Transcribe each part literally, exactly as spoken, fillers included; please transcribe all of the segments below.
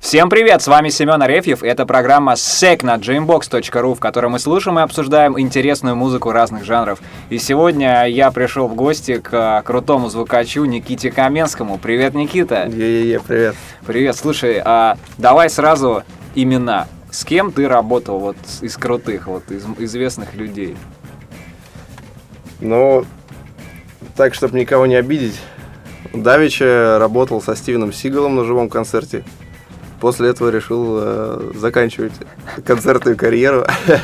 Всем привет, с вами Семен Арефьев, и это программа «Сек» на джеймбокс точка ру, в которой мы слушаем и обсуждаем интересную музыку разных жанров. И сегодня я пришел в гости к крутому звукачу Никите Каменскому. Привет, Никита! Е-е-е, привет! Привет, слушай, а давай сразу имена. С кем ты работал вот из крутых, вот из известных людей? Ну, так, чтобы никого не обидеть, давеча работал со Стивеном Сигалом на живом концерте. После этого решил э, заканчивать концертную карьеру.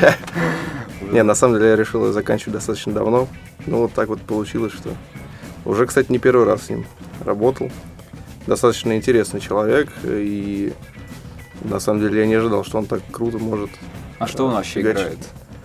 Не, на самом деле я решил ее заканчивать достаточно давно. Ну, вот так вот получилось, что... Уже, кстати, не первый раз с ним работал. Достаточно интересный человек. И на самом деле я не ожидал, что он так круто может... А что он вообще играет?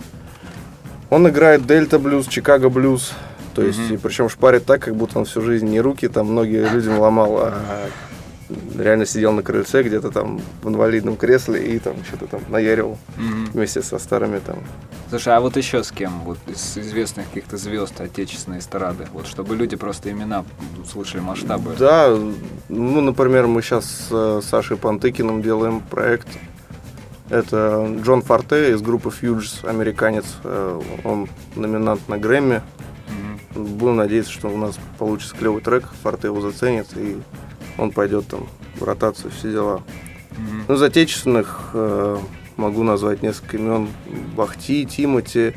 Он играет дельта-блюз, чикаго-блюз. То есть, mm-hmm. и причем шпарит так, как будто он всю жизнь не руки там многие людям ломал, а реально сидел на крыльце где-то там в инвалидном кресле и там что-то там наяривал mm-hmm. вместе со старыми там. Слушай, а вот еще с кем? Вот из известных каких-то звезд отечественной эстрады, вот чтобы люди просто имена слышали, масштабы. Да, ну, например, мы сейчас с Сашей Пантыкиным делаем проект. Это Джон Форте из группы Fugees, американец. Он номинант на Грэмми. Mm-hmm. Будем надеяться, что у нас получится клевый трек, Форте его заценит и он пойдет там в ротацию, все дела. Mm-hmm. Ну, из отечественных э, могу назвать несколько имен. Бахти, Тимати,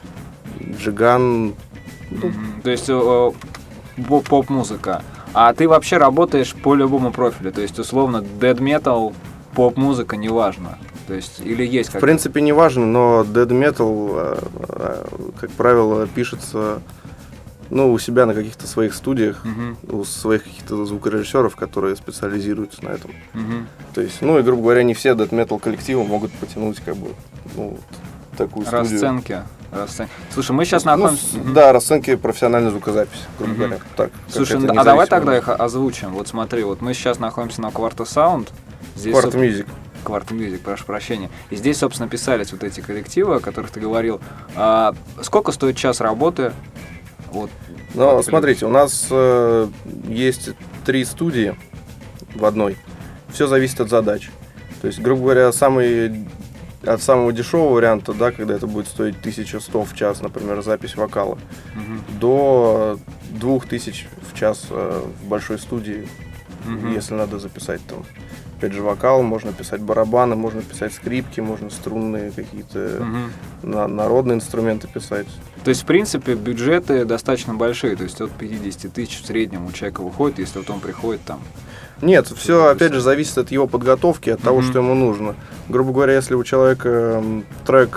Джиган. Mm-hmm. То есть э, поп-музыка. А ты вообще работаешь по любому профилю? То есть, условно, dead metal, поп-музыка, неважно. То есть, или есть как-то? В принципе, не важно, но dead metal, э, э, как правило, пишется... Ну, у себя на каких-то своих студиях, uh-huh. у своих каких-то звукорежиссеров, которые специализируются на этом. Uh-huh. То есть, ну и, грубо говоря, не все дэт-метал коллективы могут потянуть как бы ну, такую студию. Расценки. Расценки. Слушай, мы сейчас находимся... Ну, uh-huh. Да, расценки профессиональной звукозаписи, грубо uh-huh. говоря. Так, слушай, а давай тогда их озвучим. Вот смотри, вот мы сейчас находимся на Quarto Sound. Quarto Music. Quarto Music, прошу прощения. И здесь, собственно, писались вот эти коллективы, о которых ты говорил. А сколько стоит час работы? Вот. Ну, смотрите, у нас э, есть три студии в одной. Все зависит от задач. То есть, грубо говоря, самый, от самого дешевого варианта, да, когда это будет стоить тысяча сто в час, например, запись вокала, угу. до двух тысяч в час э, в большой студии, угу. если надо записать там. Опять же, вокал, можно писать барабаны, можно писать скрипки, можно струнные какие-то угу. на, народные инструменты писать. То есть, в принципе, бюджеты достаточно большие, то есть от пятьдесят тысяч в среднем у человека выходит, если вот он приходит там. Нет, все опять же зависит от его подготовки, от mm-hmm. того, что ему нужно. Грубо говоря, если у человека трек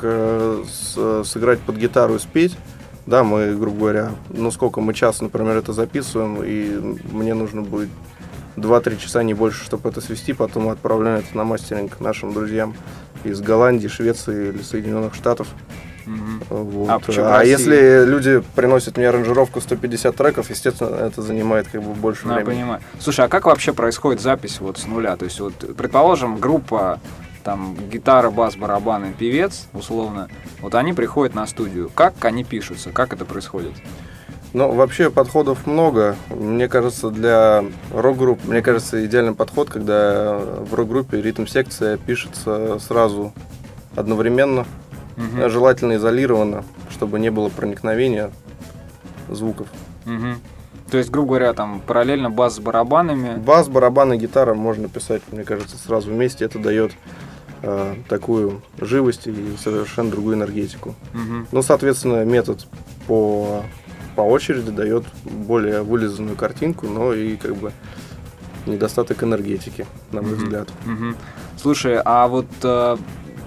с, сыграть под гитару и спеть, да, мы, грубо говоря, ну сколько мы час, например, это записываем, и мне нужно будет два-три часа, не больше, чтобы это свести, потом мы отправляем это на мастеринг нашим друзьям из Голландии, Швеции или Соединенных Штатов. Mm-hmm. Вот. А, а если люди приносят мне аранжировку сто пятьдесят треков, естественно, это занимает как бы больше ну, времени. Я понимаю. Слушай, а как вообще происходит запись вот с нуля? То есть, вот, предположим, группа, там, гитара, бас, барабаны, певец, условно, вот они приходят на студию. Как они пишутся? Как это происходит? Ну, вообще подходов много. Мне кажется, для рок-групп, мне кажется, идеальный подход, когда в рок-группе ритм-секция пишется сразу одновременно. Угу. Желательно изолированно, чтобы не было проникновения звуков. Угу. То есть, грубо говоря, там параллельно бас с барабанами. Бас, барабаны, гитара можно писать, мне кажется, сразу вместе. Это дает э, такую живость и совершенно другую энергетику. Угу. Ну, соответственно, метод по, по очереди дает более вылизанную картинку, но и как бы недостаток энергетики, на мой угу. взгляд. Угу. Слушай, а вот... Э...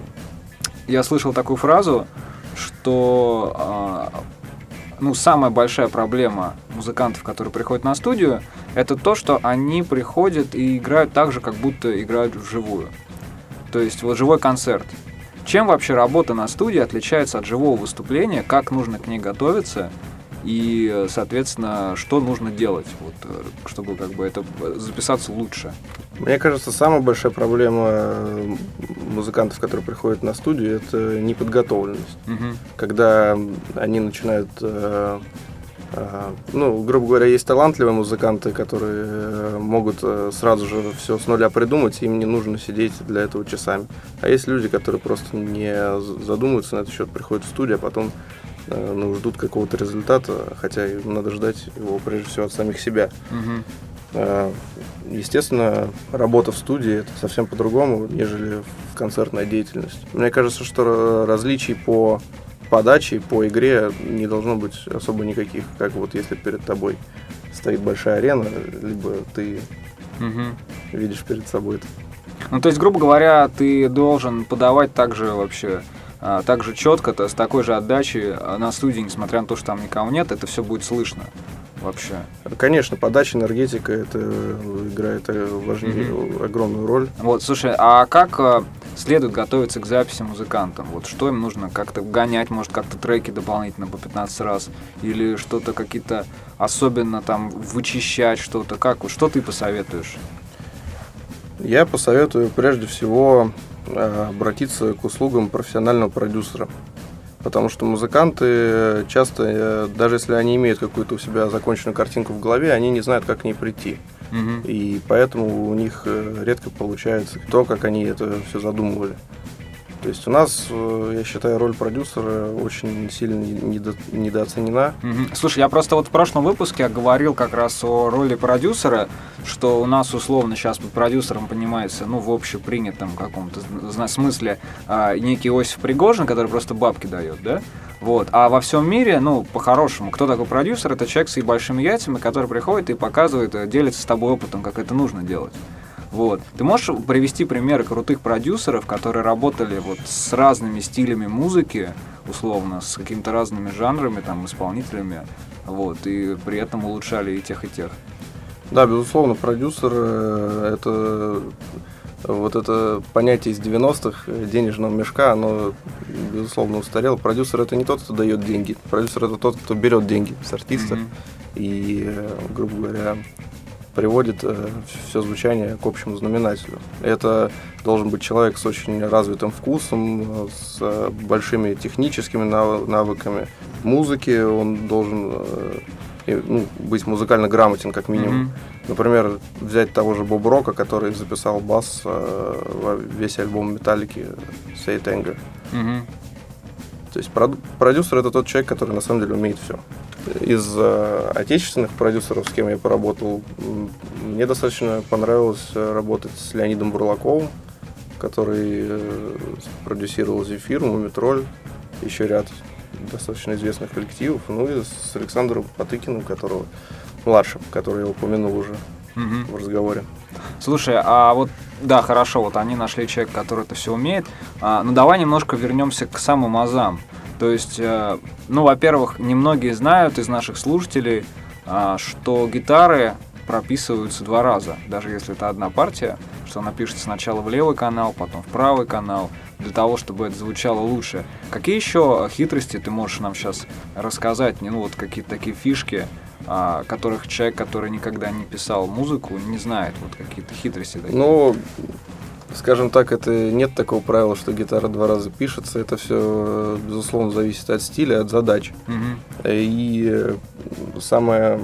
Я слышал такую фразу, что э, ну, самая большая проблема музыкантов, которые приходят на студию, это то, что они приходят и играют так же, как будто играют вживую. То есть вот живой концерт. Чем вообще работа на студии отличается от живого выступления, как нужно к ней готовиться и, соответственно, что нужно делать, вот, чтобы как бы это записаться лучше? Мне кажется, самая большая проблема музыкантов, которые приходят на студию, это неподготовленность. Угу. Когда они начинают э, Ну, грубо говоря, есть талантливые музыканты, которые могут сразу же все с нуля придумать, им не нужно сидеть для этого часами. А есть люди, которые просто не задумываются на этот счет, приходят в студию, а потом ну, ждут какого-то результата, хотя им надо ждать его прежде всего от самих себя. Угу. Естественно, работа в студии — это совсем по-другому, нежели в концертной деятельности. Мне кажется, что различий по подачи, по игре не должно быть особо никаких, как вот если перед тобой стоит большая арена, либо ты угу. видишь перед собой это. Ну, то есть, грубо говоря, ты должен подавать также вообще, а, так же четко, то, с такой же отдачей на студии, несмотря на то, что там никого нет, это все будет слышно вообще. Конечно, подача, энергетика, это играет важнее, mm-hmm. огромную роль. Вот, слушай, а как следует готовиться к записи музыкантам? Вот что им нужно как-то гонять, может, как-то треки дополнительно по пятнадцать раз, или что-то какие-то особенно там вычищать что-то? Как? Вот, что ты посоветуешь? Я посоветую прежде всего обратиться к услугам профессионального продюсера. Потому что музыканты часто, даже если они имеют какую-то у себя законченную картинку в голове, они не знают, как к ней прийти. Mm-hmm. И поэтому у них редко получается то, как они это все задумывали. То есть у нас, я считаю, роль продюсера очень сильно недо, недооценена. Mm-hmm. Слушай, я просто вот в прошлом выпуске говорил как раз о роли продюсера, что у нас условно сейчас под продюсером понимается, ну, в общепринятом каком-то смысле а, некий Осип Пригожин, который просто бабки дает, да? Вот. А во всем мире, ну, по-хорошему, кто такой продюсер? Это человек с и большими яйцами, который приходит и показывает, делится с тобой опытом, как это нужно делать. Вот. Ты можешь привести примеры крутых продюсеров, которые работали вот с разными стилями музыки, условно, с какими-то разными жанрами, там, исполнителями, вот, и при этом улучшали и тех, и тех? Да, безусловно, продюсер — это вот это понятие из девяностых денежного мешка, оно, безусловно, устарело. Продюсер — это не тот, кто дает деньги. Продюсер — это тот, кто берет деньги с артистов mm-hmm. и, грубо говоря, приводит э, все звучание к общему знаменателю. Это должен быть человек с очень развитым вкусом, с э, большими техническими нав- навыками музыки. Он должен э, ну, быть музыкально грамотен, как минимум. Mm-hmm. Например, взять того же Боб Рока, который записал бас э, во весь альбом Металлики «Say Tango». Mm-hmm. То есть прод- продюсер — это тот человек, который на самом деле умеет все. Из э, отечественных продюсеров, с кем я поработал, мне достаточно понравилось работать с Леонидом Бурлаковым, который э, продюсировал «Зефир», «Мумитроль», еще ряд достаточно известных коллективов, ну и с Александром Потыкиным, которого младшим, который я упомянул уже mm-hmm. в разговоре. Слушай, а вот, да, хорошо, вот они нашли человека, который это все умеет, а, ну давай немножко вернемся к самым азам. То есть, э, ну, во-первых, немногие знают из наших слушателей, э, что гитары прописываются два раза, даже если это одна партия, что она пишется сначала в левый канал, потом в правый канал, для того, чтобы это звучало лучше. Какие еще хитрости ты можешь нам сейчас рассказать, ну, вот какие-то такие фишки, э, которых человек, который никогда не писал музыку, не знает, вот какие-то хитрости такие? Ну, скажем так, это нет такого правила, что гитара два раза пишется. Это все, безусловно, зависит от стиля, от задач. Mm-hmm. И самое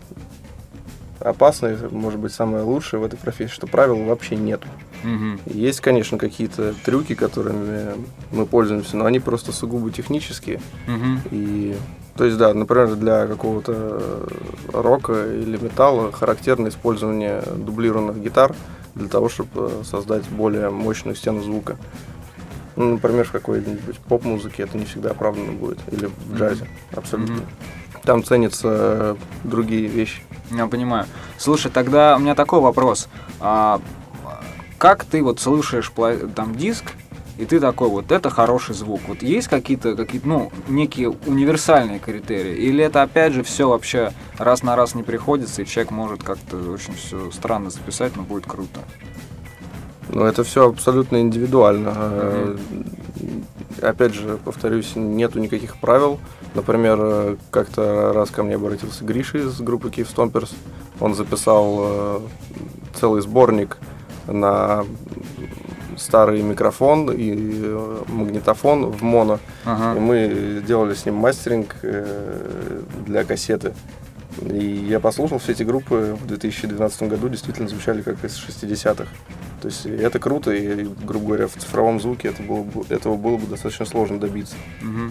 опасное, может быть, самое лучшее в этой профессии, что правил вообще нет. Mm-hmm. Есть, конечно, какие-то трюки, которыми мы пользуемся, но они просто сугубо технические. Mm-hmm. И, то есть, да, например, для какого-то рока или металла характерно использование дублированных гитар для того, чтобы создать более мощную стену звука. Ну, например, в какой-нибудь поп-музыке это не всегда оправданно будет. Или в джазе, mm-hmm. абсолютно. Mm-hmm. Там ценятся другие вещи. Я понимаю. Слушай, тогда у меня такой вопрос. А, как ты вот слушаешь там диск, и ты такой, вот это хороший звук. Вот есть какие-то, какие-то, ну, некие универсальные критерии? Или это, опять же, все вообще раз на раз не приходится, и человек может как-то очень все странно записать, но будет круто? Ну, это все абсолютно индивидуально. Mm-hmm. Опять же, повторюсь, нету никаких правил. Например, как-то раз ко мне обратился Гриша из группы Cave Stompers. Он записал целый сборник на старый микрофон и магнитофон в моно. Ага. И мы делали с ним мастеринг для кассеты. И я послушал все эти группы в две тысячи двенадцатом году, действительно звучали как из шестидесятых. То есть это круто, и, грубо говоря, в цифровом звуке это было бы, этого было бы достаточно сложно добиться. Угу.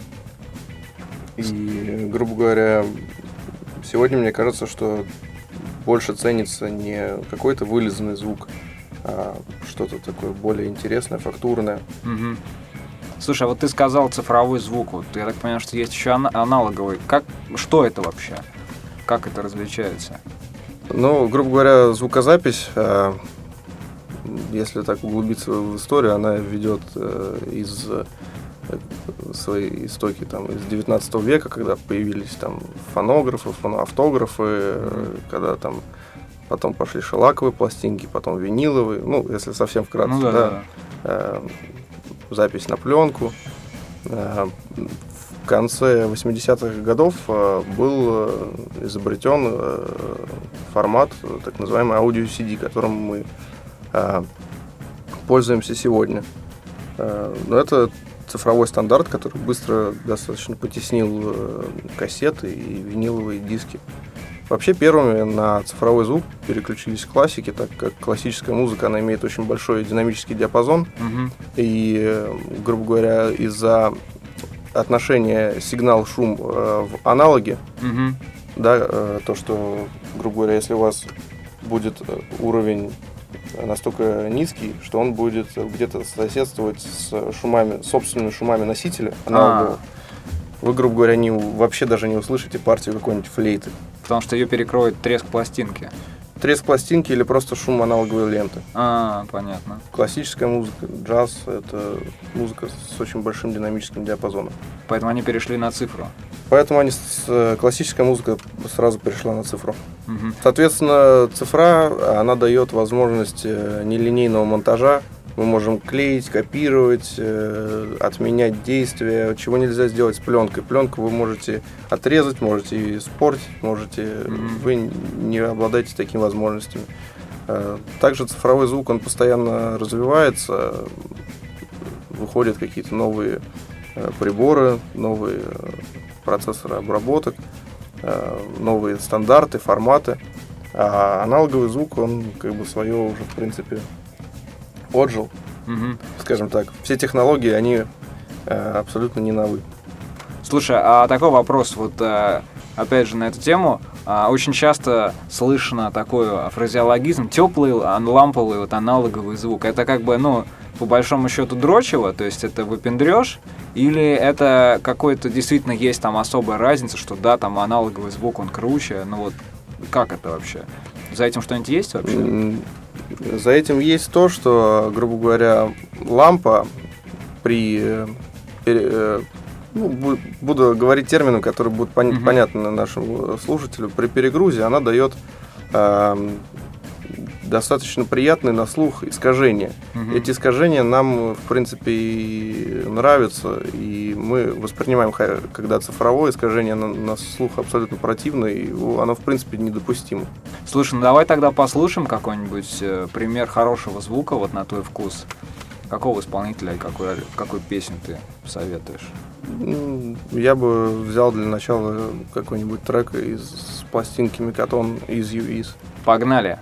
И, грубо говоря, сегодня мне кажется, что больше ценится не какой-то вылизанный звук, а что-то такое более интересное, фактурное. Угу. Слушай, а вот ты сказал цифровой звук, вот я так понимаю, что есть еще аналоговый. Как, что это вообще? Как это различается? Ну, грубо говоря, звукозапись, если так углубиться в историю, она ведет из свои истоки там, из девятнадцатого века, когда появились там фонографы, фоноавтографы, mm-hmm. когда там потом пошли шелаковые пластинки, потом виниловые, ну, если совсем вкратце, ну, да, да, да. Запись на пленку. В конце восьмидесятых годов был изобретен формат, так называемый аудио-си ди, которым мы пользуемся сегодня. Но это цифровой стандарт, который быстро достаточно потеснил кассеты и виниловые диски. Вообще первыми на цифровой звук переключились классики, так как классическая музыка, она имеет очень большой динамический диапазон. Угу. И, грубо говоря, из-за отношения сигнал-шум в аналоге, угу. да, то, что, грубо говоря, если у вас будет уровень настолько низкий, что он будет где-то соседствовать с шумами, собственными шумами носителя аналогового, вы, грубо говоря, не, вообще даже не услышите партию какой-нибудь флейты. Потому что ее перекроет треск пластинки. Треск пластинки или просто шум аналоговой ленты. А, понятно. Классическая музыка, джаз — это музыка с очень большим динамическим диапазоном. Поэтому они перешли на цифру. Поэтому они с, классическая музыка сразу перешла на цифру. Угу. Соответственно, цифра, она дает возможность нелинейного монтажа. Мы можем клеить, копировать, э, отменять действия, чего нельзя сделать с пленкой. Пленку вы можете отрезать, можете испортить, можете, mm-hmm. вы не обладаете такими возможностями. Э, также цифровой звук, он постоянно развивается, выходят какие-то новые э, приборы, новые э, процессоры обработок, э, новые стандарты, форматы. А аналоговый звук, он как бы свое уже, в принципе, отжил, угу. скажем так. Все технологии, они э, абсолютно не новы. Слушай, а такой вопрос, вот э, опять же на эту тему, э, очень часто слышно такой фразеологизм: теплый, ламповый, вот аналоговый звук. Это как бы, ну, по большому счету дрочево, то есть это выпендрёж, или это какой-то действительно есть там особая разница, что да, там аналоговый звук, он круче, ну вот как это вообще? За этим что-нибудь есть вообще? За этим есть то, что, грубо говоря, лампа при... Ну, буду говорить термины, которые будут пон- uh-huh. понятны нашему слушателю. При перегрузе она дает э, достаточно приятные на слух искажения. Uh-huh. Эти искажения нам, в принципе, и нравятся, и мы воспринимаем, когда цифровое искажение на, на слух абсолютно противно, и оно, в принципе, недопустимо. Слушай, ну давай тогда послушаем какой-нибудь э, пример хорошего звука, вот на твой вкус. Какого исполнителя и какой, какой песню ты советуешь? Я бы взял для начала какой-нибудь трек из пластинки Мегатон «Is You Is». Погнали!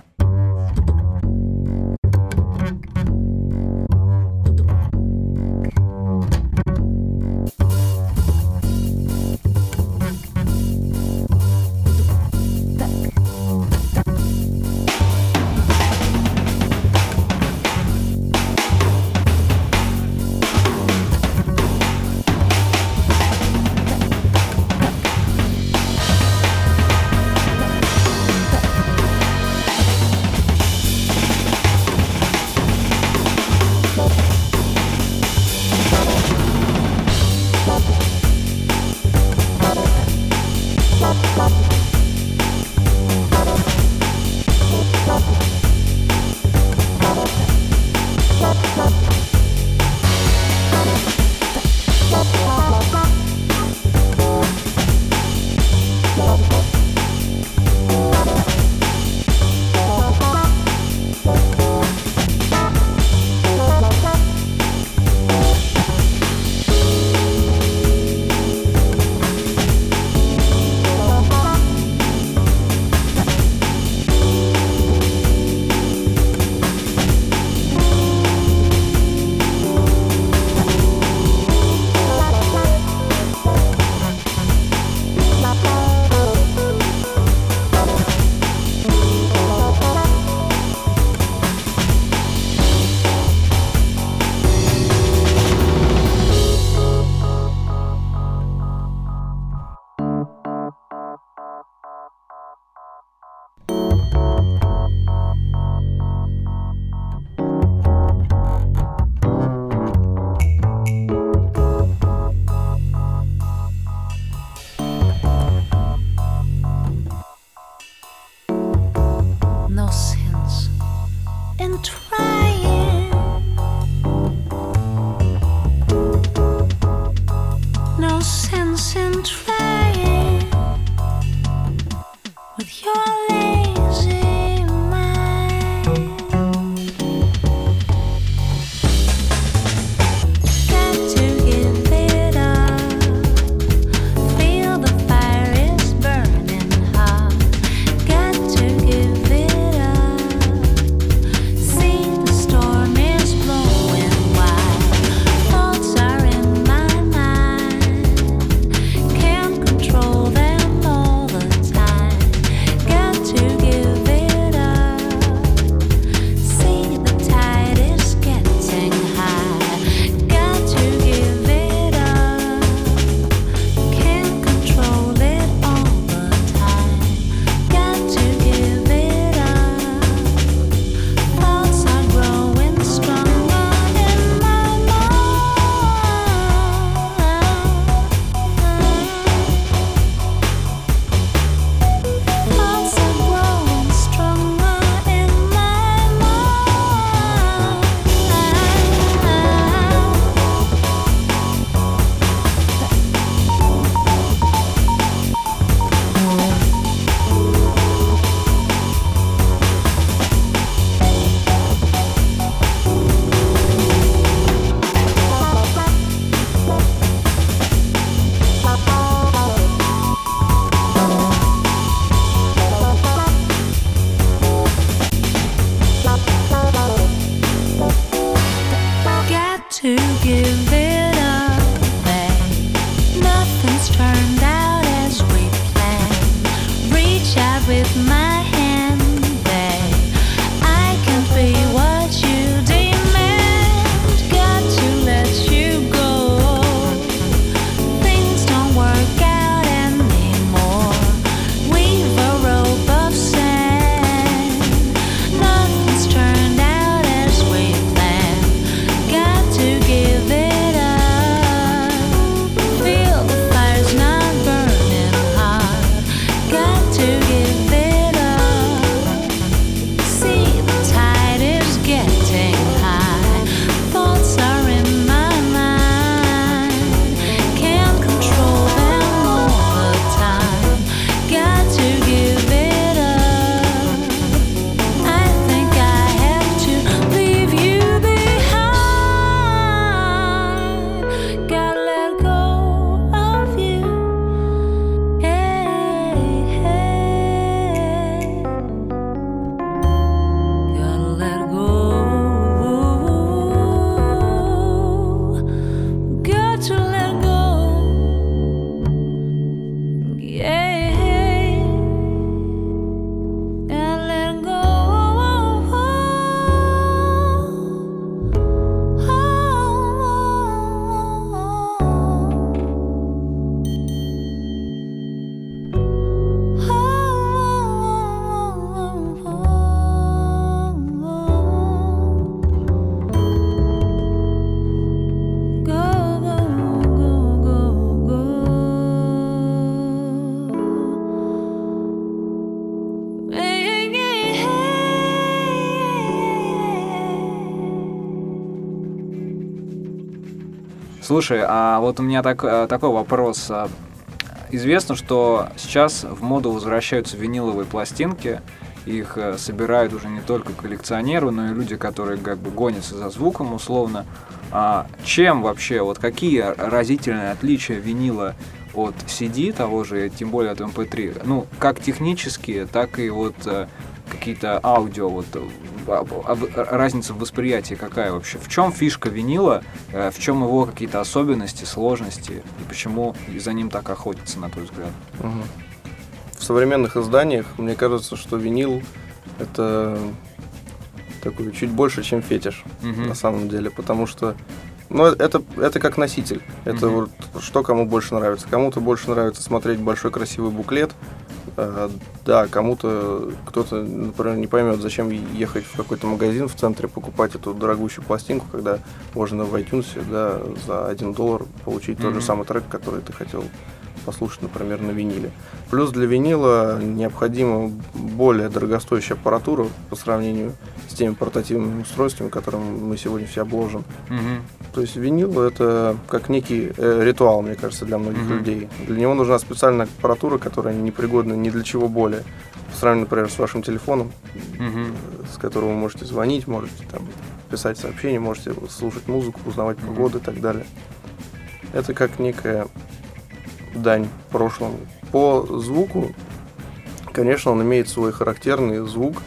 Слушай, а вот у меня так, такой вопрос. Известно, что сейчас в моду возвращаются виниловые пластинки. Их собирают уже не только коллекционеры, но и люди, которые как бы гонятся за звуком условно. А чем вообще, вот какие разительные отличия винила от си ди того же, тем более от эм пэ три? Ну, как технические, так и вот какие-то аудио, вот разница в восприятии какая вообще? В чем фишка винила, в чем его какие-то особенности, сложности, и почему за ним так охотятся, на твой взгляд? Угу. В современных изданиях, мне кажется, что винил — это такой чуть больше, чем фетиш, uh-huh. на самом деле, потому что ну, это, это как носитель. Это uh-huh. вот что кому больше нравится. Кому-то больше нравится смотреть большой красивый буклет, э, да, кому-то кто-то, например, не поймет, зачем ехать в какой-то магазин в центре, покупать эту дорогущую пластинку, когда можно в iTunes, да, за один доллар получить uh-huh. тот же самый трек, который ты хотел послушать, например, на виниле. Плюс для винила необходима более дорогостоящая аппаратура по сравнению с теми портативными устройствами, которыми мы сегодня все обложены. Uh-huh. То есть винил — это как некий э, ритуал, мне кажется, для многих uh-huh. людей. Для него нужна специальная аппаратура, которая непригодна ни для чего более. По сравнению, например, с вашим телефоном, uh-huh. с которого вы можете звонить, можете там писать сообщения, можете слушать музыку, узнавать uh-huh. погоду и так далее. Это как некая дань прошлому. По звуку, конечно, он имеет свой характерный звук,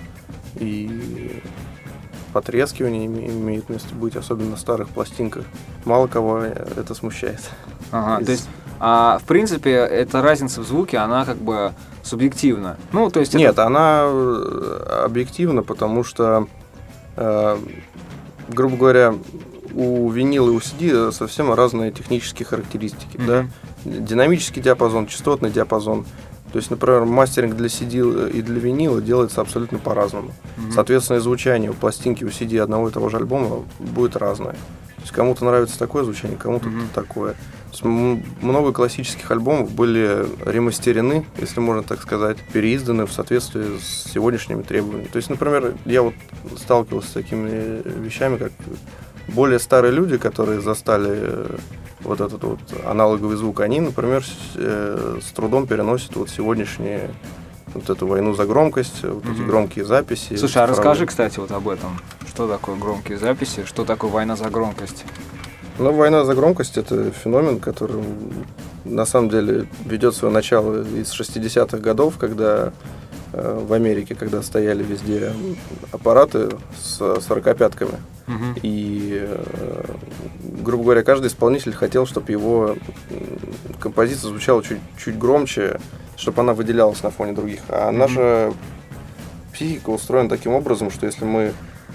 и потрескивание имеет место быть, особенно на старых пластинках. Мало кого это смущает. Ага, Из... то есть, а, в принципе, эта разница в звуке, она как бы субъективна. Ну, то есть Нет, это... она объективна, потому что, э, грубо говоря, у винила и у си ди совсем разные технические характеристики. Mm-hmm. Да? Динамический диапазон, частотный диапазон. То есть, например, мастеринг для си ди и для винила делается абсолютно по-разному. Mm-hmm. Соответственно, и звучание у пластинки, у си ди одного и того же альбома будет разное. То есть, кому-то нравится такое звучание, кому-то mm-hmm. такое. То есть, много классических альбомов были ремастерены, если можно так сказать, переизданы в соответствии с сегодняшними требованиями. То есть, например, я вот сталкивался с такими вещами, как более старые люди, которые застали вот этот вот аналоговый звук, они, например, с, э, с трудом переносят вот сегодняшние вот эту войну за громкость, вот mm-hmm. эти громкие записи. Слушай, а расскажи, кстати, вот об этом. Что такое громкие записи, что такое война за громкость? Ну, война за громкость — это феномен, который на самом деле ведет свое начало из шестидесятых годов, когда э, в Америке, когда стояли везде аппараты с сорокопятками. Uh-huh. И, э, грубо говоря, каждый исполнитель хотел, чтобы его композиция звучала чуть, чуть громче, чтобы она выделялась на фоне других. А uh-huh. наша психика устроена таким образом, что если мы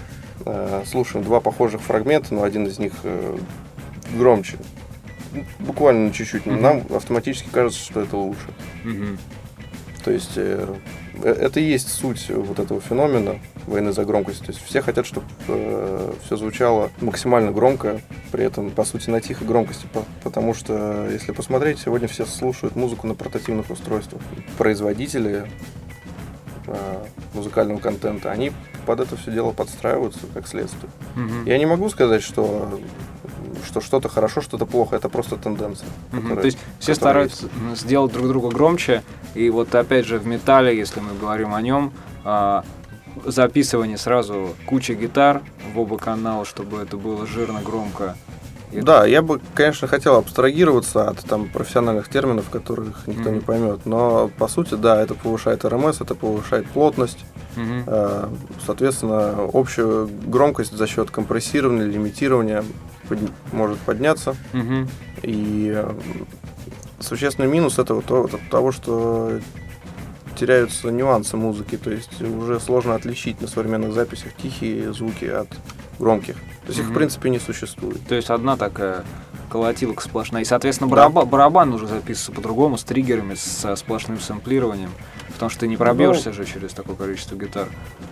э, слушаем два похожих фрагмента, но один из них э, громче, буквально чуть-чуть, uh-huh. нам автоматически кажется, что это лучше. Uh-huh. То есть э, это и есть суть вот этого феномена войны за громкость. То есть все хотят, чтобы э, все звучало максимально громко, при этом, по сути, на тихой громкости. По- потому что, если посмотреть, сегодня все слушают музыку на портативных устройствах. Производители э, музыкального контента, они под это все дело подстраиваются как следствие. Mm-hmm. Я не могу сказать, что, что что-то хорошо, что-то плохо. Это просто тенденция. Mm-hmm. Которая, То есть все стараются есть. сделать друг друга громче. И вот опять же в металле, если мы говорим о нем, э, записывание сразу кучи гитар в оба канала, чтобы это было жирно, громко. И да, это... я бы, конечно, хотел абстрагироваться от там профессиональных терминов, которых никто mm-hmm. не поймет, но по сути, да, это повышает эр эм эс, это повышает плотность, mm-hmm. э, соответственно, общую громкость за счет компрессирования, лимитирования под... может подняться. Mm-hmm. И э, существенный минус этого то, того, что теряются нюансы музыки, то есть уже сложно отличить на современных записях тихие звуки от громких. То есть mm-hmm. их, в принципе, не существует. То есть одна такая колотилка сплошная. И, соответственно, бараба- да. барабан нужно записываться по-другому, с триггерами, со сплошным сэмплированием, потому что ты не пробьешься ну, же через такое количество гитар.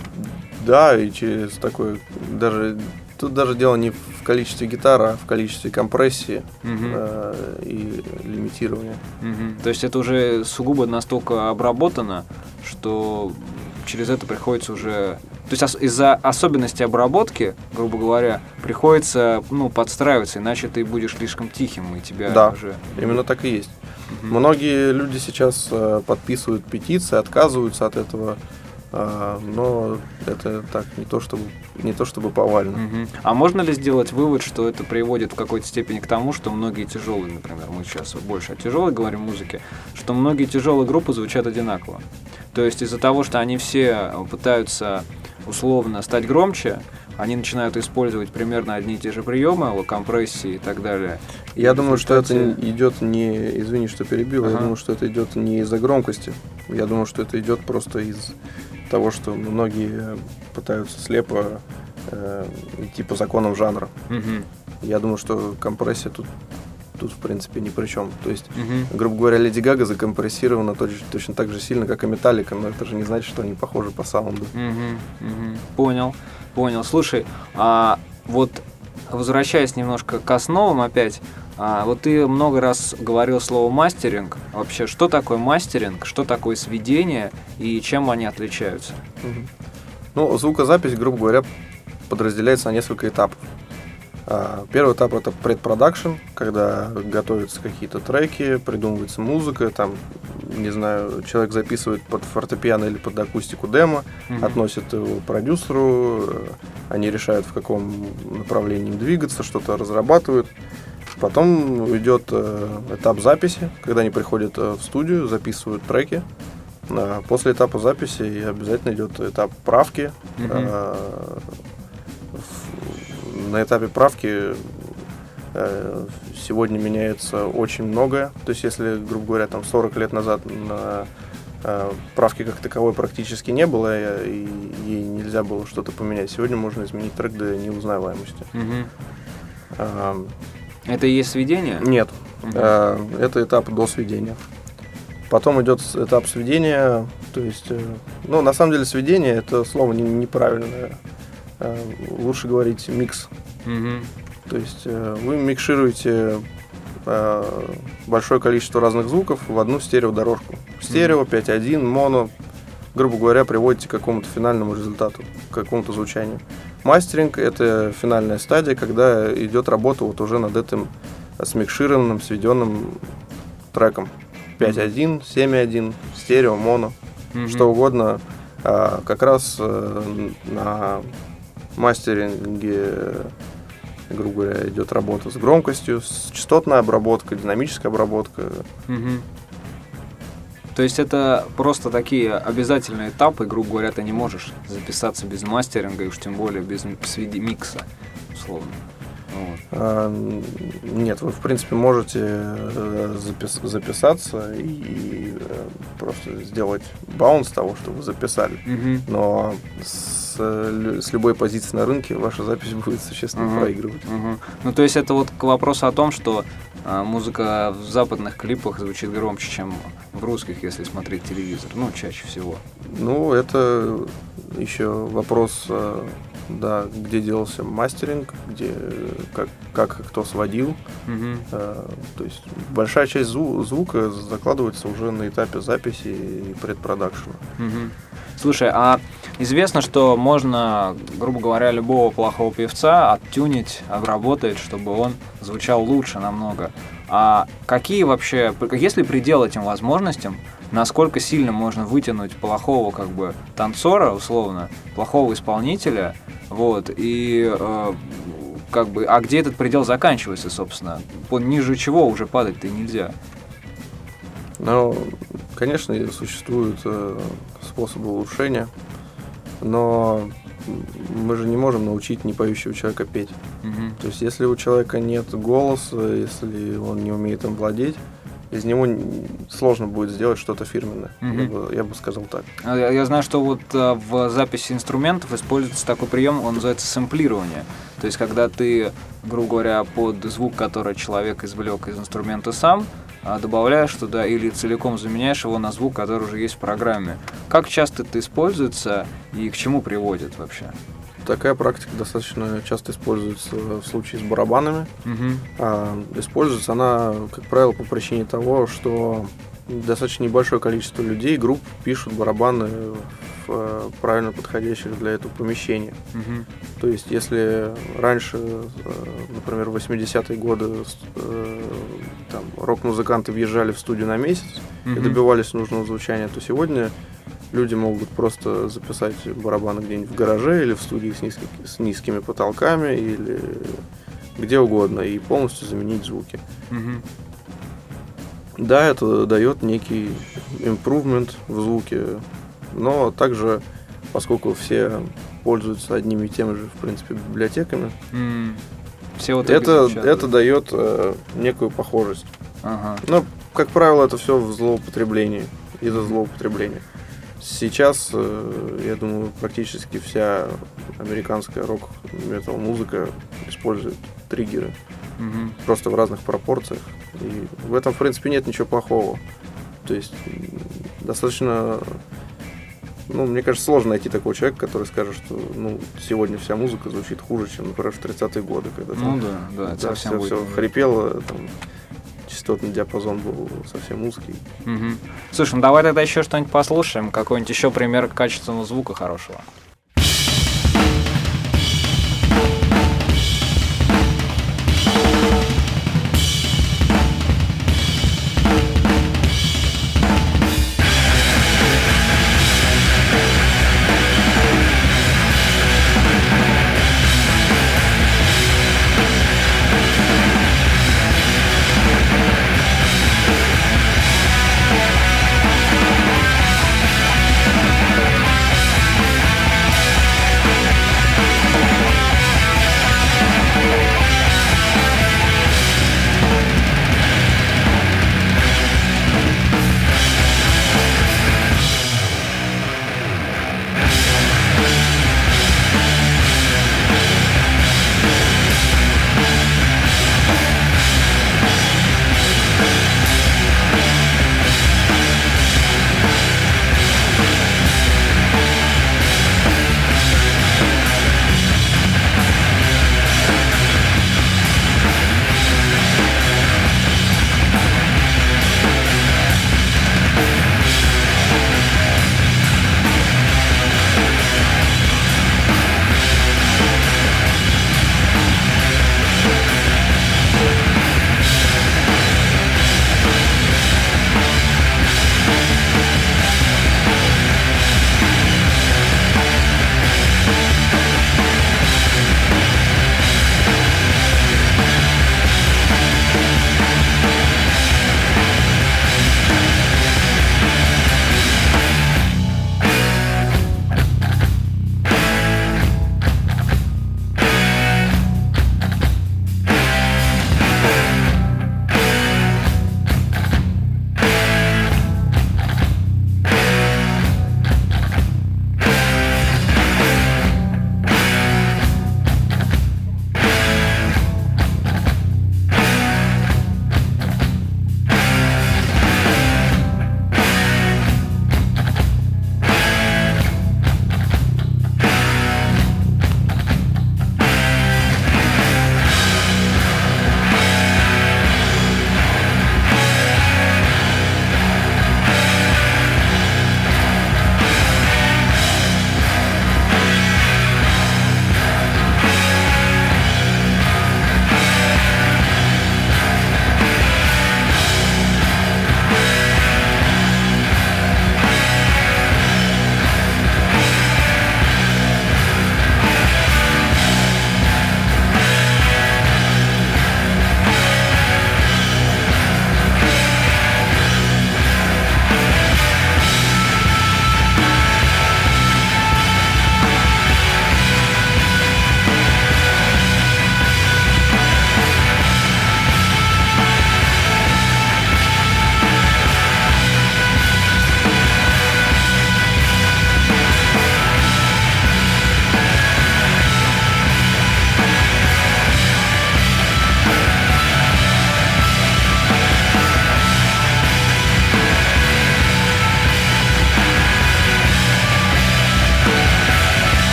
Да, и через такое даже... Тут даже дело не в количестве гитар, а в количестве компрессии uh-huh. э, и лимитирования. Uh-huh. То есть это уже сугубо настолько обработано, что через это приходится уже... То есть ос- из-за особенностей обработки, грубо говоря, приходится, ну, подстраиваться, иначе ты будешь слишком тихим, и тебя да, уже... именно так и есть. Угу. Многие люди сейчас э, подписывают петиции, отказываются от этого, э, но это так, не то чтобы, не то чтобы повально. Угу. А можно ли сделать вывод, что это приводит в какой-то степени к тому, что многие тяжелые, например, мы сейчас больше о тяжелой говорим музыке, что многие тяжелые группы звучат одинаково? То есть из-за того, что они все пытаются условно стать громче, они начинают использовать примерно одни и те же приемы, компрессии и так далее. Я и думаю, результате... что это идет не... Извини, что перебил. Ага. Я думаю, что это идет не из-за громкости. Я думаю, что это идет просто из того, что многие пытаются слепо э, идти по законам жанра. Угу. Я думаю, что компрессия тут, тут в принципе, ни при чем. То есть, угу. грубо говоря, Леди Гага закомпрессирована точно, точно так же сильно, как и Металлика, но это же не значит, что они похожи по саунду. Угу. Угу. Понял. Понял. Слушай, а вот возвращаясь немножко к основам опять, а, вот ты много раз говорил слово мастеринг. Вообще, что такое мастеринг, что такое сведение и чем они отличаются? Угу. Ну, звукозапись, грубо говоря, подразделяется на несколько этапов. Первый этап — это предпродакшн, когда готовятся какие-то треки, придумывается музыка, там, не знаю, человек записывает под фортепиано или под акустику демо, mm-hmm. относит его продюсеру, они решают, в каком направлении им двигаться, что-то разрабатывают. Потом идет этап записи, когда они приходят в студию, записывают треки. После этапа записи обязательно идет этап правки. Mm-hmm. На этапе правки э, сегодня меняется очень многое. То есть, если, грубо говоря, там сорок лет назад на э, правки как таковой практически не было, и ей нельзя было что-то поменять, сегодня можно изменить трек до неузнаваемости. Mm-hmm. А, это и есть сведение? Нет. Mm-hmm. А, это этап до сведения. Потом идет этап сведения. То есть, э, ну, на самом деле, сведение — это слово не, неправильное. Лучше говорить микс. Mm-hmm. То есть вы микшируете большое количество разных звуков в одну стереодорожку. Стерео, пять один, моно, грубо говоря, приводите к какому-то финальному результату, к какому-то звучанию. Мастеринг — это финальная стадия, когда идет работа вот уже над этим смикшированным, сведенным треком. пять один, семь один, стерео, моно, mm-hmm. что угодно. Как раз на мастеринге, грубо говоря, идет работа с громкостью, с частотной обработкой, динамическая обработка. Угу. То есть это просто такие обязательные этапы, грубо говоря, ты не можешь записаться без мастеринга, и уж тем более без микса, условно. Вот. А, нет, вы, в принципе, можете запис- записаться и просто сделать баунс того, что вы записали. Угу. Но с, с любой позиции на рынке ваша запись будет существенно угу. проигрывать. Угу. Ну, то есть это вот к вопросу о том, что а, музыка в западных клипах звучит громче, чем в русских, если смотреть телевизор. Ну, чаще всего. Ну, это еще вопрос... Да, где делался мастеринг, где как, как кто сводил. Mm-hmm. Э, то есть большая часть зву- звука закладывается уже на этапе записи и предпродакшена. Mm-hmm. Слушай, а известно, что можно, грубо говоря, любого плохого певца оттюнить, обработать, чтобы он звучал лучше намного. А какие вообще, есть ли предел этим возможностям? Насколько сильно можно вытянуть плохого как бы танцора, условно, плохого исполнителя, вот, и э, как бы, а где этот предел заканчивается, собственно? Ниже чего уже падать-то нельзя? Ну, конечно, существуют э, способы улучшения, но мы же не можем научить непоющего человека петь. Угу. То есть, если у человека нет голоса, если он не умеет им владеть, из него сложно будет сделать что-то фирменное. Mm-hmm. Я бы, я бы сказал так. Я, я знаю, что вот а, в записи инструментов используется такой прием, он называется сэмплирование. То есть, когда ты, грубо говоря, под звук, который человек извлек из инструмента сам, а, добавляешь туда или целиком заменяешь его на звук, который уже есть в программе. Как часто это используется и к чему приводит вообще? Такая практика достаточно часто используется в случае с барабанами. Uh-huh. А, используется она, как правило, по причине того, что достаточно небольшое количество людей, групп пишут барабаны э, правильно подходящих для этого помещения. Мгм. То есть, если раньше, э, например, в восьмидесятые годы э, там, рок-музыканты въезжали в студию на месяц и Мгм. добивались нужного звучания, то сегодня люди могут просто записать барабаны где-нибудь в гараже или в студии с, низки- с низкими потолками или где угодно и полностью заменить звуки. Мгм. Да, это дает некий improvement в звуке, но также, поскольку все пользуются одними и теми же, в принципе, библиотеками, М. Все вот это, звучат, это да? дает э, некую похожесть. Ага. Но, как правило, это все в злоупотреблении, из-за злоупотребления. Сейчас, э, я думаю, практически вся американская рок-метал музыка использует триггеры, Мгм. просто в разных пропорциях. И в этом, в принципе, нет ничего плохого. То есть м, достаточно, ну, мне кажется, сложно найти такого человека, который скажет, что ну, сегодня вся музыка звучит хуже, чем, например, в тридцатые годы, когда Ну там, да, да, это да, совсем все, будет все не- хрипело, там, частотный диапазон был совсем узкий. Мгм. Слушай, ну давай тогда еще что-нибудь послушаем, какой-нибудь еще пример качественного звука хорошего. Thank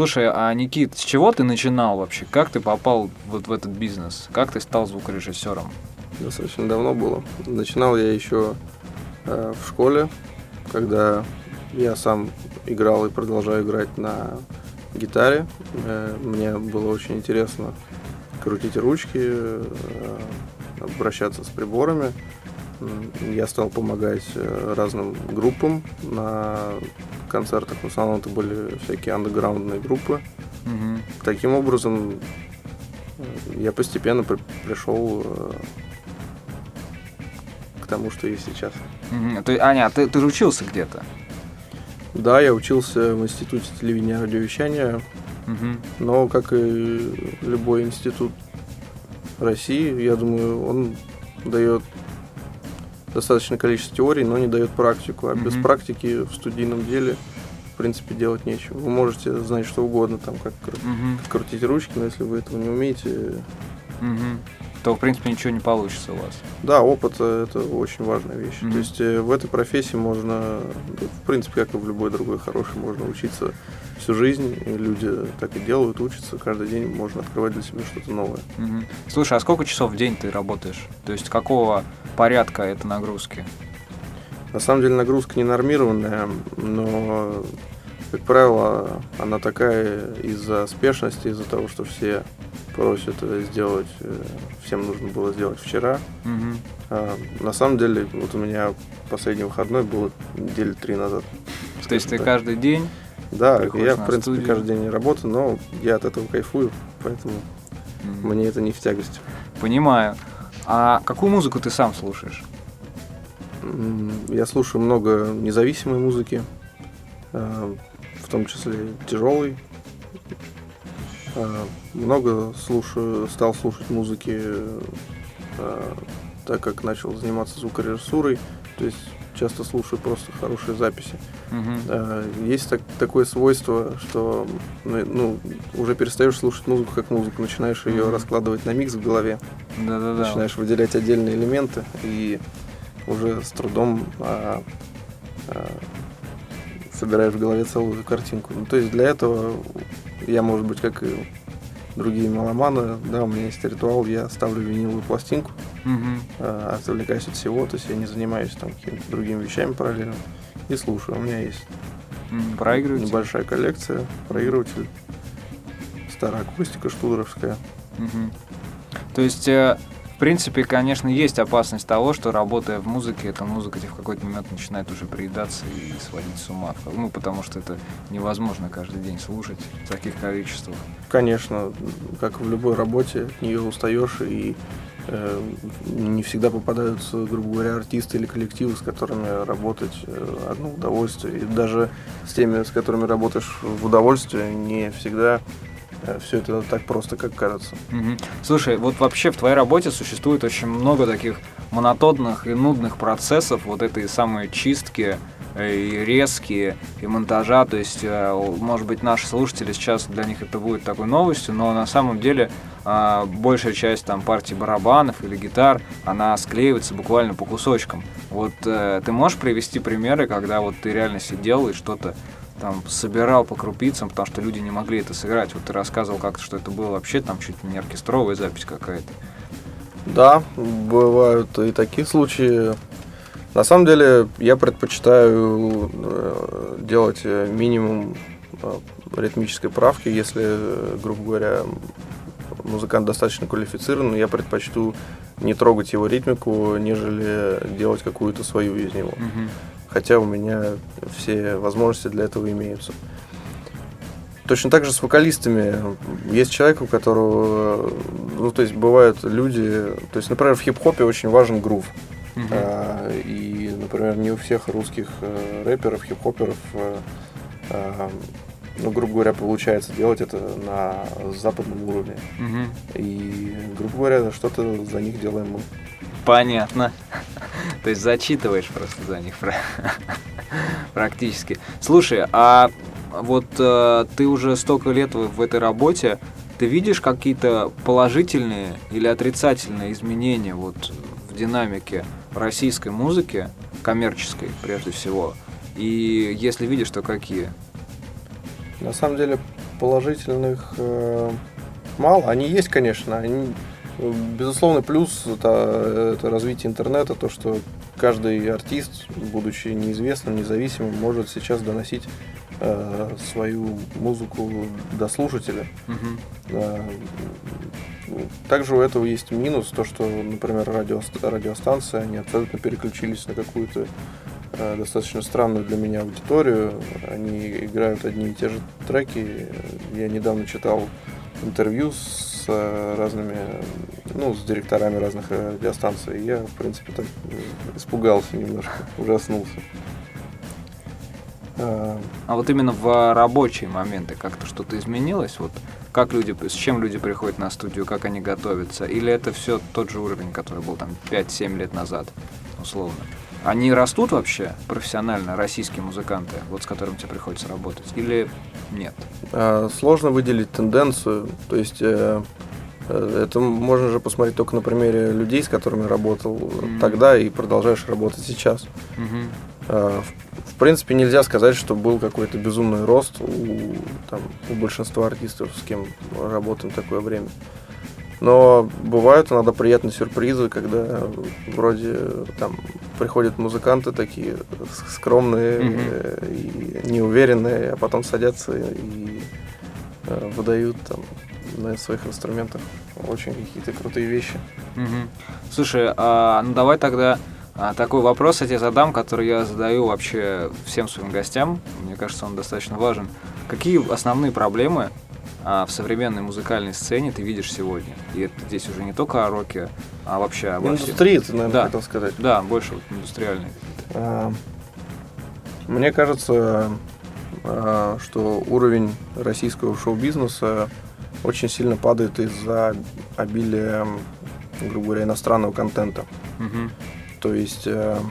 Слушай, а Никит, с чего ты начинал вообще? Как ты попал вот в этот бизнес? Как ты стал звукорежиссером? Достаточно давно было. Начинал я еще э, в школе, когда я сам играл и продолжаю играть на гитаре. Э, мне было очень интересно крутить ручки, э, обращаться с приборами. Я стал помогать разным группам на концертах. В основном это были всякие андеграундные группы. Угу. Таким образом, я постепенно при- пришел к тому, что есть сейчас. Угу. Ты, Аня, ты, ты же учился где-то? Да, я учился в Институте телевидения и радиовещания, Угу. но, как и любой институт России, я думаю, он дает достаточное количество теорий, но не дает практику. А mm-hmm. без практики в студийном деле, в принципе, делать нечего. Вы можете знать что угодно, там, как, mm-hmm. как крутить ручки, но если вы этого не умеете, mm-hmm. то, в принципе, ничего не получится у вас. Да, опыт – это очень важная вещь. Mm-hmm. То есть в этой профессии можно, в принципе, как и в любой другой хорошей, можно учиться всю жизнь. И люди так и делают, учатся. Каждый день можно открывать для себя что-то новое. Mm-hmm. Слушай, а сколько часов в день ты работаешь? То есть какого порядка это нагрузки? На самом деле нагрузка не нормированная, но, как правило, она такая из-за спешности, из-за того, что все просят сделать, всем нужно было сделать вчера. Угу. А, на самом деле, вот у меня последний выходной был недели три назад. То есть ты так. каждый день? Да, я, в принципе, студию. каждый день работаю, но я от этого кайфую, поэтому угу. мне это не в тягость. Понимаю. А какую музыку ты сам слушаешь? Я слушаю много независимой музыки, в том числе тяжелой. Много слушаю, стал слушать музыки, так как начал заниматься звукорежиссурой, то есть часто слушаю просто хорошие записи. Uh-huh. Есть так, такое свойство, что ну, уже перестаешь слушать музыку как музыку, начинаешь ее uh-huh. раскладывать на микс в голове, Да-да-да. начинаешь выделять отдельные элементы и уже с трудом а, а, собираешь в голове целую картинку. Ну, то есть для этого я, может быть, как и другие меломаны, да, у меня есть ритуал, я ставлю виниловую пластинку, uh-huh. а, отвлекаюсь от всего, то есть я не занимаюсь там какими-то другими вещами параллельно и слушаю. У меня есть проигрыватель, небольшая коллекция, проигрыватель, старая акустика штудеровская. Uh-huh. То есть в принципе, конечно, есть опасность того, что, работая в музыке, эта музыка тебе в какой-то момент начинает уже приедаться и сводить с ума. Ну, потому что это невозможно каждый день слушать в таких количествах. Конечно, как в любой работе, от нее устаешь, и э, не всегда попадаются, грубо говоря, артисты или коллективы, с которыми работать э, одно удовольствие. И даже с теми, с которыми работаешь в удовольствие, не всегда все это так просто, как кажется. Угу. Слушай, вот вообще в твоей работе существует очень много таких монотонных и нудных процессов, вот этой самой чистки и резки, и монтажа. То есть, может быть, наши слушатели сейчас, для них это будет такой новостью, но на самом деле большая часть там партий барабанов или гитар, она склеивается буквально по кусочкам. Вот ты можешь привести примеры, когда вот ты реально сидел и что-то там собирал по крупицам, потому что люди не могли это сыграть. Вот ты рассказывал как-то, что это было вообще там чуть ли не оркестровая запись какая-то. Да, бывают и такие случаи. На самом деле я предпочитаю делать минимум ритмической правки, если, грубо говоря, музыкант достаточно квалифицирован, я предпочту не трогать его ритмику, нежели делать какую-то свою из него. Угу. Хотя у меня все возможности для этого имеются. Точно так же с вокалистами. Есть человек, у которого... Ну, то есть, бывают люди... То есть, например, в хип-хопе очень важен грув. Uh-huh. А, и, например, не у всех русских а, рэперов, хип-хоперов, а, а, ну, грубо говоря, получается делать это на западном уровне. Uh-huh. И, грубо говоря, что-то за них делаем мы. Понятно. То есть зачитываешь просто за них практически. Слушай, а вот э, ты уже столько лет в, в этой работе, ты видишь какие-то положительные или отрицательные изменения вот в динамике российской музыки, коммерческой прежде всего? И если видишь, то какие? На самом деле положительных э, мало. Они есть, конечно. Они, безусловно, плюс это, это развитие интернета, то, что каждый артист, будучи неизвестным, независимым, может сейчас доносить э, свою музыку до слушателя. Угу. Э, также у этого есть минус, то, что, например, радио, радиостанции, они абсолютно переключились на какую-то э, достаточно странную для меня аудиторию. Они играют одни и те же треки. Я недавно читал интервью с э, разными, ну, с директорами разных радиостанций. И я, в принципе, так испугался немножко, ужаснулся. А вот именно в рабочие моменты как-то что-то изменилось? Вот как люди, с чем люди приходят на студию, как они готовятся? Или это все тот же уровень, который был там пять-семь лет назад, условно? Они растут вообще профессионально, российские музыканты, вот с которыми тебе приходится работать, или нет? Сложно выделить тенденцию, то есть э, это можно же посмотреть только на примере людей, с которыми работал mm-hmm. тогда и продолжаешь работать сейчас. Mm-hmm. В, в принципе, нельзя сказать, что был какой-то безумный рост у, там, у большинства артистов, с кем работаем такое время. Но бывают иногда приятные сюрпризы, когда вроде там приходят музыканты такие скромные mm-hmm. и неуверенные, а потом садятся и э, выдают там на своих инструментах очень какие-то крутые вещи. Mm-hmm. Слушай, а, ну давай тогда а, такой вопрос я тебе задам, который я задаю вообще всем своим гостям. Мне кажется, он достаточно важен. Какие основные проблемы а в современной музыкальной сцене ты видишь сегодня? И это здесь уже не только о роке, а вообще обо всем. Индустрии, ты, наверное, да. хотел сказать. Да, больше вот индустриальные. А, мне кажется, а, что уровень российского шоу-бизнеса очень сильно падает из-за обилия, грубо говоря, иностранного контента. Угу. То есть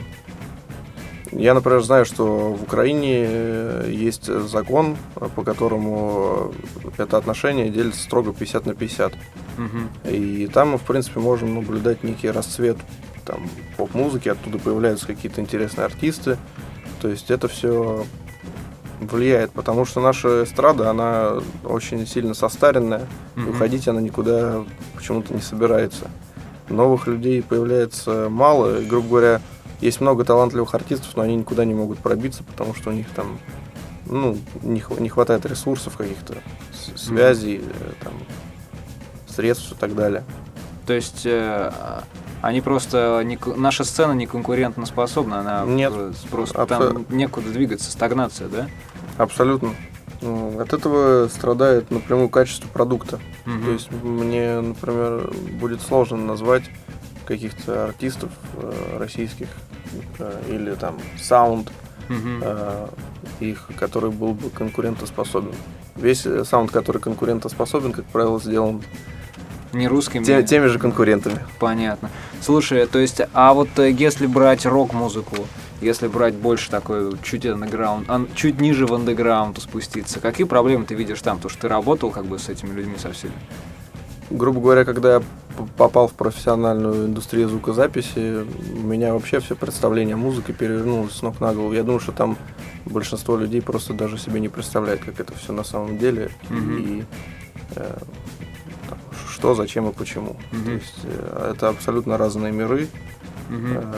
я, например, знаю, что в Украине есть закон, по которому это отношение делится строго пятьдесят на пятьдесят. Угу. И там мы, в принципе, можем наблюдать некий расцвет там, поп-музыки, оттуда появляются какие-то интересные артисты. То есть это все влияет, потому что наша эстрада, она очень сильно состаренная, mm-hmm. и уходить она никуда почему-то не собирается. Новых людей появляется мало, и, грубо говоря, есть много талантливых артистов, но они никуда не могут пробиться, потому что у них там ну, не, не хватает ресурсов каких-то, связей, mm-hmm. там, средств и так далее. То есть э, они просто не, наша сцена не конкурентоспособна, она Нет, просто абсо... там некуда двигаться, стагнация, да? Абсолютно. Ну, от этого страдает напрямую качество продукта. Mm-hmm. То есть мне, например, будет сложно назвать каких-то артистов э, российских э, или там саунд mm-hmm. э, их, который был бы конкурентоспособен. Весь саунд, который конкурентоспособен, как правило, сделан не русскими. Те, теми же конкурентами. Понятно. Слушай, то есть, а вот если брать рок-музыку, если брать больше такой, чуть андеграунд, ан, чуть ниже в андеграунд спуститься, какие проблемы ты видишь там? Потому что ты работал как бы с этими людьми со всеми. Грубо говоря, когда я попал в профессиональную индустрию звукозаписи, у меня вообще все представление о музыке перевернулось с ног на голову. Я думаю, что там большинство людей просто даже себе не представляет, как это все на самом деле. Mm-hmm. И э, что, зачем и почему. Mm-hmm. То есть э, это абсолютно разные миры. Mm-hmm. Э,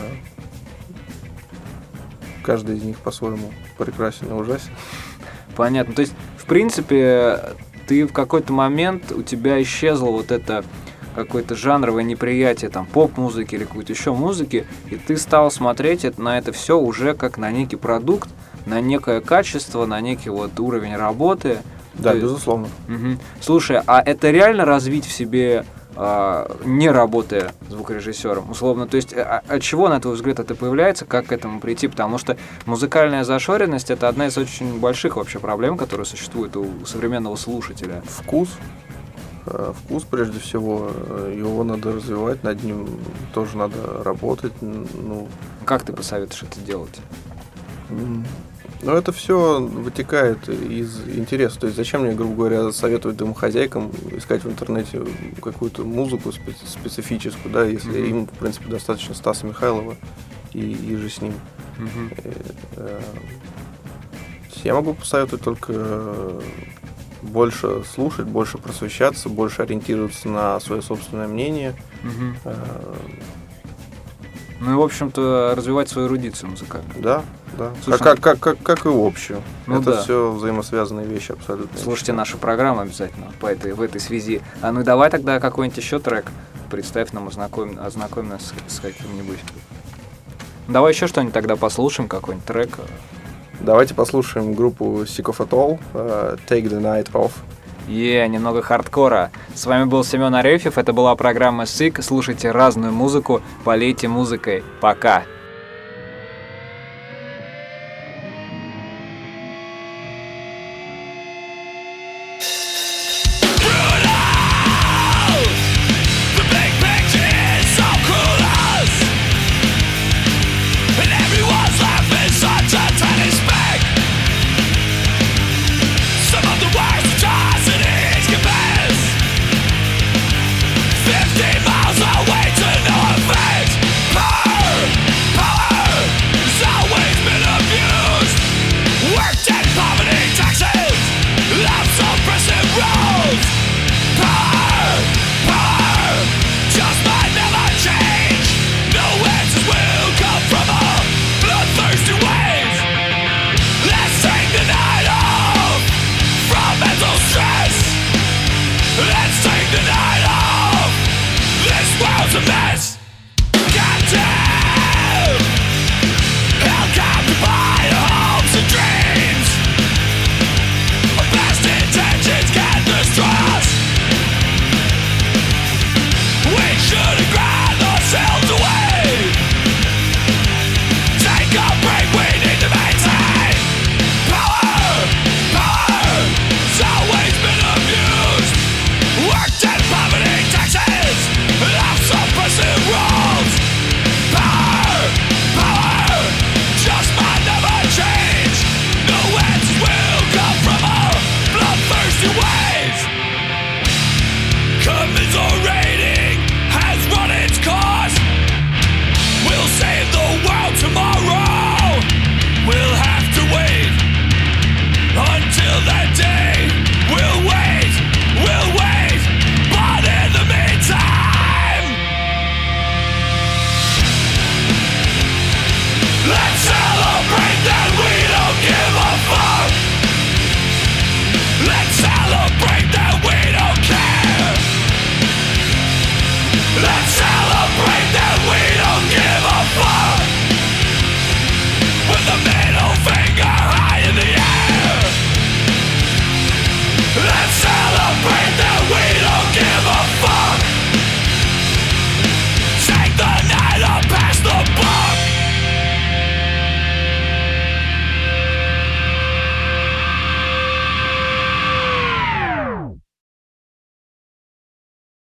каждый из них по-своему прекрасен и ужасен. Понятно. То есть, в принципе, ты в какой-то момент, у тебя исчезло вот это какое-то жанровое неприятие там поп-музыки или какой-то еще музыки, и ты стал смотреть это, на это все уже как на некий продукт, на некое качество, на некий вот уровень работы. Да, То безусловно. Есть... Угу. Слушай, а это реально развить в себе, а, не работая звукорежиссером, условно? То есть а, от чего, на твой взгляд, это появляется, как к этому прийти? Потому что музыкальная зашоренность — это одна из очень больших вообще проблем, которые существуют у современного слушателя. Вкус. Вкус, прежде всего, его надо развивать, над ним тоже надо работать. Ну, как ты посоветуешь это делать? Ну, это все вытекает из интереса. То есть зачем мне, грубо говоря, советовать домохозяйкам искать в интернете какую-то музыку специ- специфическую, да, если mm-hmm. им, в принципе, достаточно Стаса Михайлова и, и же с ним. Mm-hmm. Я могу посоветовать только больше слушать, больше просвещаться, больше ориентироваться на свое собственное мнение. Угу. Ну и, в общем-то, развивать свою эрудицию музыкальную. Да, да. Слушай, как, как, как, как и общую. Ну Это да. все взаимосвязанные вещи абсолютно. Слушайте нашу программу обязательно по этой, в этой связи. А ну и давай тогда какой-нибудь еще трек представь нам, ознакомь, ознакомь нас с, с каким-нибудь. Давай еще что-нибудь тогда послушаем, какой-нибудь трек. Давайте послушаем группу Sick of It All, uh, Take the Night Off. Е, немного хардкора. С вами был Семен Арефьев, это была программа Sick. Слушайте разную музыку, полейте музыкой. Пока!